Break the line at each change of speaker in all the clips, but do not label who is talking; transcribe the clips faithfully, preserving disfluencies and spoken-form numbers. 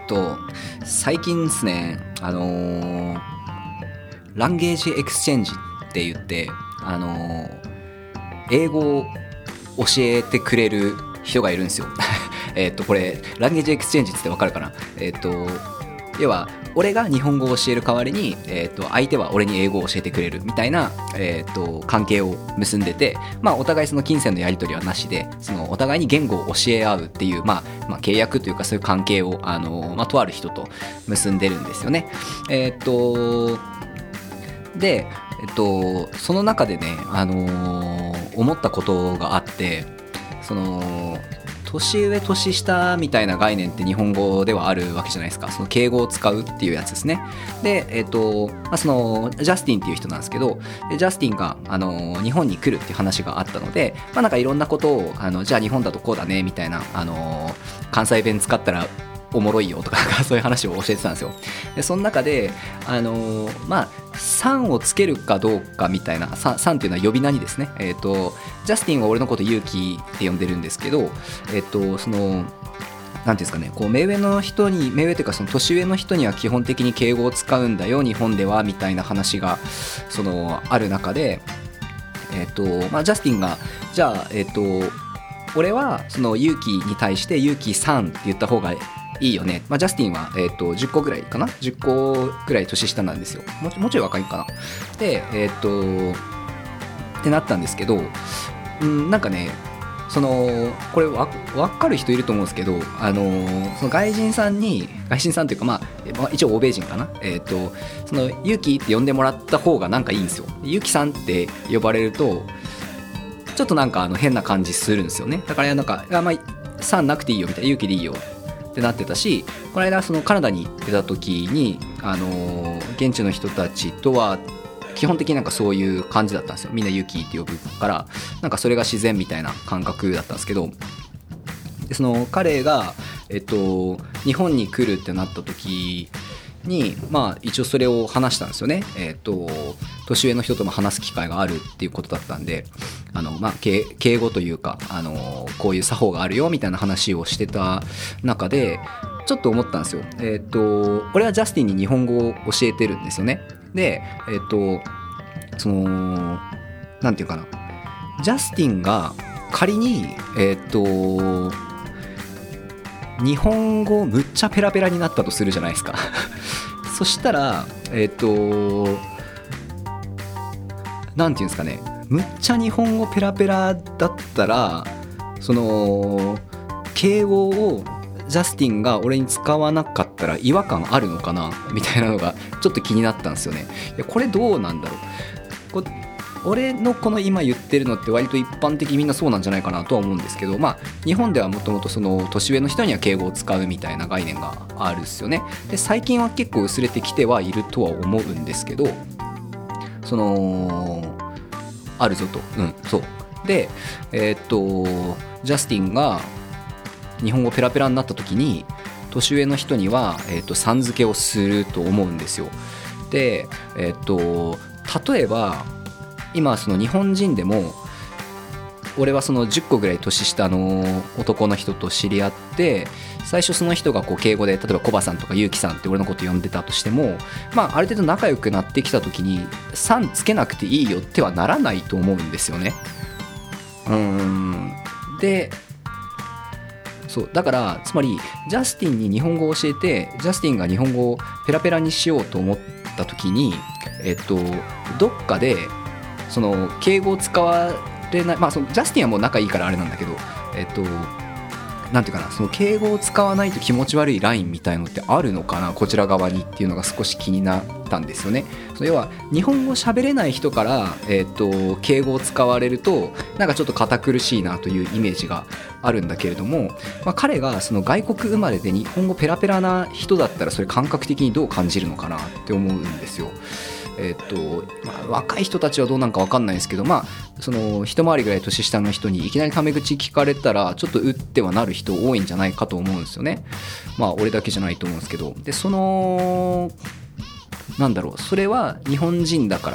と最近ですね、あのー、ランゲージエクスチェンジって言って、あのー、英語を教えてくれる人がいるんですよえっとこれランゲージエクスチェンジって分かるかな。えっと要は俺が日本語を教える代わりに、えー、と相手は俺に英語を教えてくれるみたいな、えー、と関係を結んでて、まあ、お互いその金銭のやり取りはなしで、そのお互いに言語を教え合うっていう、まあまあ、契約というかそういう関係を、あの、まあ、とある人と結んでるんですよね。えっ、とで、えっ、とその中でね、あのー、思ったことがあって、その年上年下みたいな概念って日本語ではあるわけじゃないですか。その敬語を使うっていうやつですね。で、えっと、まあ、そのジャスティンっていう人なんですけど、ジャスティンがあの日本に来るっていう話があったので、まあ、なんかいろんなことをあのじゃあ日本だとこうだねみたいな、あの関西弁使ったらおもろいよとかそういう話を教えてたんですよ。でその中であのー、まあさんをつけるかどうかみたいな、さん、さんっていうのは呼び名にですね、えーと、ジャスティンは俺のことユウキって呼んでるんですけど、えーとそのなんていうんですかね、こう目上の人に目上というかその年上の人には基本的に敬語を使うんだよ日本ではみたいな話がそのある中で、えーとまあ、ジャスティンがじゃあ、えーと俺はそのユウキに対してユウキさんって言った方がいいよね、まあ、ジャスティンは、えー、とじゅっこぐらいかな、じゅっこぐらい年下なんですよ。もう、もうちょい若いかな。でえっ、ー、とってなったんですけど、んなんかね、そのこれわ分かる人いると思うんですけど、あのー、その外人さんに外人さんというか、まあ、一応欧米人かな、えー、とそのユキって呼んでもらった方がなんかいいんですよ。ユキさんって呼ばれるとちょっとなんかあの変な感じするんですよね。だからなんかあ、まあ、さんなくていいよみたいな、ユキでいいよってなってたし、この間そのカナダに行ってた時に、あのー、現地の人たちとは基本的になんかそういう感じだったんですよ。みんなユキって呼ぶから、なんかそれが自然みたいな感覚だったんですけど、でその彼が、えっと、日本に来るってなった時に、まあ、一応それを話したんですよね。えっと、年上の人とも話す機会があるっていうことだったんで、あの、まあ、敬, 敬語というか、あのこういう作法があるよみたいな話をしてた中でちょっと思ったんですよ。えっと、俺はジャスティンに日本語を教えてるんですよね。で、えっと、そのなんていうかな、ジャスティンが仮にえっと日本語むっちゃペラペラになったとするじゃないですかそしたらえっとなんていうんですかね、むっちゃ日本語ペラペラだったら、その敬語をジャスティンが俺に使わなかったら違和感あるのかなみたいなのがちょっと気になったんですよね。いやこれどうなんだろう、こ俺のこの今言ってるのって割と一般的にみんなそうなんじゃないかなとは思うんですけど、まあ日本ではもともとその年上の人には敬語を使うみたいな概念があるんですよね。で最近は結構薄れてきてはいるとは思うんですけど、そのあるぞと、うん、そうで、えー、っとジャスティンが日本語ペラペラになった時に年上の人には、えー、っとさん付けをすると思うんですよ。で、えー、っと例えば今その日本人でも俺はそのじゅっこぐらい年下の男の人と知り合って、最初その人がこう敬語で例えばコバさんとかユウキさんって俺のこと呼んでたとしても、まあある程度仲良くなってきた時にさんつけなくていいよってはならないと思うんですよね。うーんでそうだからつまりジャスティンに日本語を教えて、ジャスティンが日本語をペラペラにしようと思った時に、えっとどっかでその敬語を使われない、まあそのジャスティンはもう仲いいからあれなんだけど、えっとなんていうかな、その敬語を使わないと気持ち悪いラインみたいのってあるのかなこちら側にっていうのが少し気になったんですよね。それは日本語喋れない人から、えっと敬語を使われるとなんかちょっと堅苦しいなというイメージがあるんだけれども、まあ、彼がその外国生まれで日本語ペラペラな人だったらそれ感覚的にどう感じるのかなって思うんですよ。えーとまあ、若い人たちはどうなんか分かんないですけど、まあ、その一回りぐらい年下の人にいきなりタメ口聞かれたらちょっと打ってはなる人多いんじゃないかと思うんですよね。まあ俺だけじゃないと思うんですけど、でそのなんだろう、それは日本人だから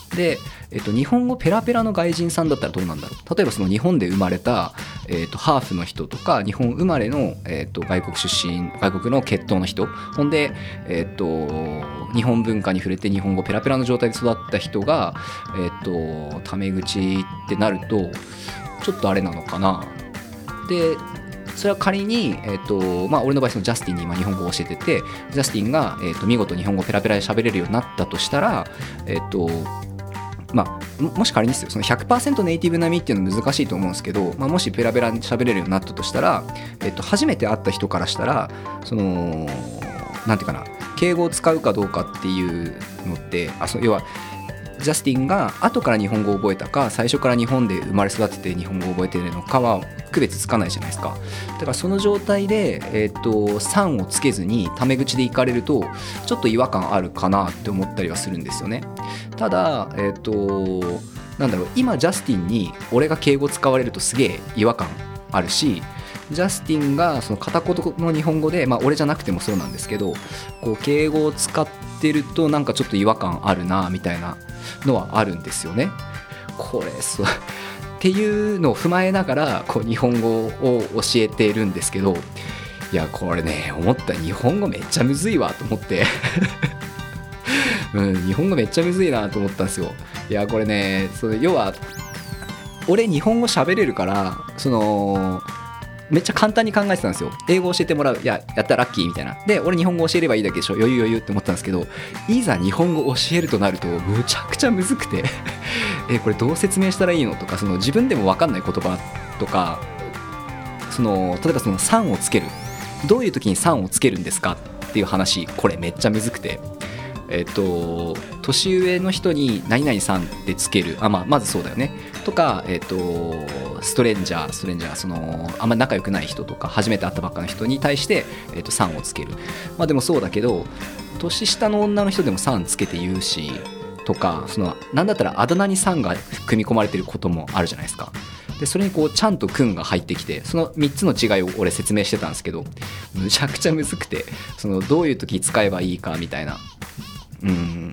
で、えっと、日本語ペラペラの外人さんだったらどうなんだろう。例えばその日本で生まれた、えっと、ハーフの人とか日本生まれの、えっと、外国出身外国の血統の人、ほんで、えっと、日本文化に触れて日本語ペラペラの状態で育った人が、えっと、タメ口ってなるとちょっとあれなのかな。でそれは仮に、えーとまあ、俺の場合そのジャスティンに今日本語を教えてて、ジャスティンが、えーと見事日本語ペラペラで喋れるようになったとしたら、えーとまあ、もし仮にですよ、その ひゃくパーセント ネイティブ並みっていうのは難しいと思うんですけど、まあ、もしペラペラに喋れるようになったとしたら、えーと初めて会った人からしたら、そのなんていうかな、敬語を使うかどうかっていうのって、あ、そう要はジャスティンが後から日本語を覚えたか最初から日本で生まれ育てて日本語を覚えているのかは区別つかないじゃないですか。だからその状態で、えーと、さんをつけずにタメ口でいかれるとちょっと違和感あるかなって思ったりはするんですよね。ただ、えーと、なんだろう、今ジャスティンに俺が敬語使われるとすげえ違和感あるし、ジャスティンがその片言の日本語で、まあ俺じゃなくてもそうなんですけど、こう敬語を使ってるとなんかちょっと違和感あるなみたいなのはあるんですよね。これそうっていうのを踏まえながらこう日本語を教えているんですけど、いやこれね、思った日本語めっちゃむずいわと思ってうん、日本語めっちゃむずいなと思ったんですよ。いやこれね、その要は俺日本語喋れるから、そのめっちゃ簡単に考えてたんですよ。英語教えてもらう、いややったらラッキーみたいな。で俺日本語教えればいいだけでしょ、余裕余裕って思ったんですけど、いざ日本語教えるとなるとむちゃくちゃむずくてえこれどう説明したらいいのとか、その自分でも分かんない言葉とか、その例えばそのさんをつける、どういう時にさんをつけるんですかっていう話、これめっちゃむずくて、えっと年上の人に何々さんってつける、あ、まあ、まずそうだよねとか、えっとストレンジャーストレンジャーそのあんまり仲良くない人とか初めて会ったばっかの人に対して、えっと、さんをつける。まあでもそうだけど、年下の女の人でもさんつけて言うしとか、そのなんだったらあだ名にさんが組み込まれてることもあるじゃないですか。でそれにこうちゃんとくんが入ってきて、そのみっつの違いを俺説明してたんですけど、むちゃくちゃむずくて、そのどういう時使えばいいかみたいな。うん、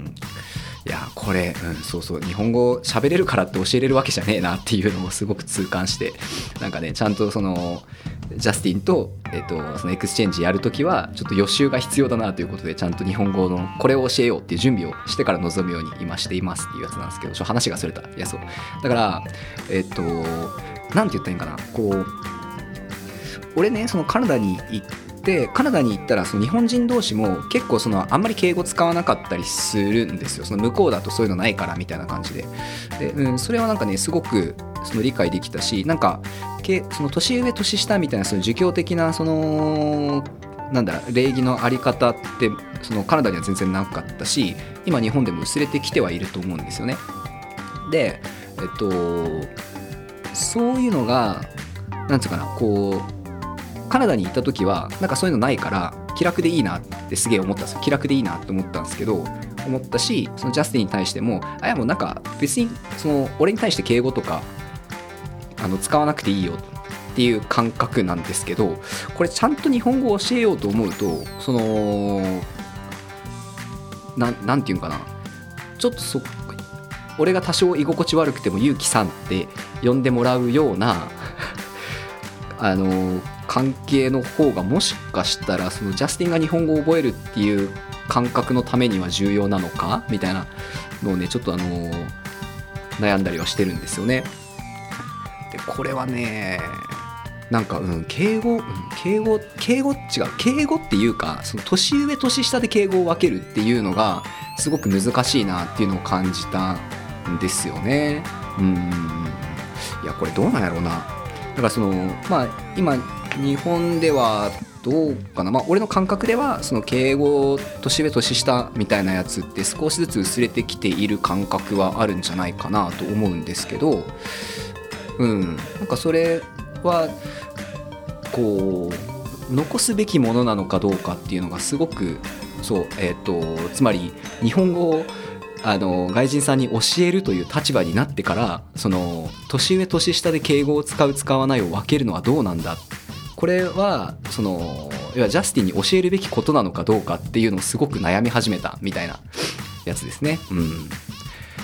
いやこれ、うん、そうそう、日本語喋れるからって教えれるわけじゃねえなっていうのをすごく痛感して、なんかね、ちゃんとそのジャスティンと、えっと、そのエクスチェンジやるときはちょっと予習が必要だなということで、ちゃんと日本語のこれを教えようっていう準備をしてから臨むように今していますっていうやつなんですけど、ちょ話がそれた。いやそうだから、えっとなんて言ったらいいんかな、こう俺ね、そのカナダに行ってでカナダに行ったら、その日本人同士も結構そのあんまり敬語使わなかったりするんですよ。その向こうだとそういうのないからみたいな感じで、で、うん、それはなんかねすごくその理解できたし、なんかその年上年下みたいなその儒教的なそのなんだ礼儀のあり方ってそのカナダには全然なかったし、今日本でも薄れてきてはいると思うんですよね。で、えっとそういうのがなんていうかな、こうカナダに行った時はなんかそういうのないから気楽でいいなってすげえ思ったんですよ。気楽でいいなって思ったんですけど、思ったし、そのジャスティンに対しても、あやもうなんか別にその俺に対して敬語とかあの使わなくていいよっていう感覚なんですけど、これちゃんと日本語を教えようと思うと、そのな ん, なんていうんかな、ちょっとそ俺が多少居心地悪くてもゆうきさんって呼んでもらうようなあの関係の方がもしかしたらそのジャスティンが日本語を覚えるっていう感覚のためには重要なのかみたいなのをね、ちょっとあの悩んだりはしてるんですよね。でこれはね、なんか、うん、敬語、うん、敬語敬語違う敬語っていうか、その年上年下で敬語を分けるっていうのがすごく難しいなっていうのを感じたんですよね。うん、いやこれどうなんやろうな。だからそのまあ今日本ではどうかな、まあ、俺の感覚ではその敬語年上年下みたいなやつって少しずつ薄れてきている感覚はあるんじゃないかなと思うんですけど、うん、なんかそれはこう残すべきものなのかどうかっていうのがすごくそう、えーと、つまり日本語をあの外人さんに教えるという立場になってから、その年上年下で敬語を使う使わないを分けるのはどうなんだ、これはそのいやジャスティンに教えるべきことなのかどうかっていうのをすごく悩み始めたみたいなやつですね。うん、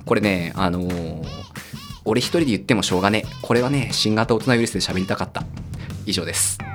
これねあのー、俺一人で言ってもしょうがねえ。これはね新型大人ウイルスで喋りたかった。以上です。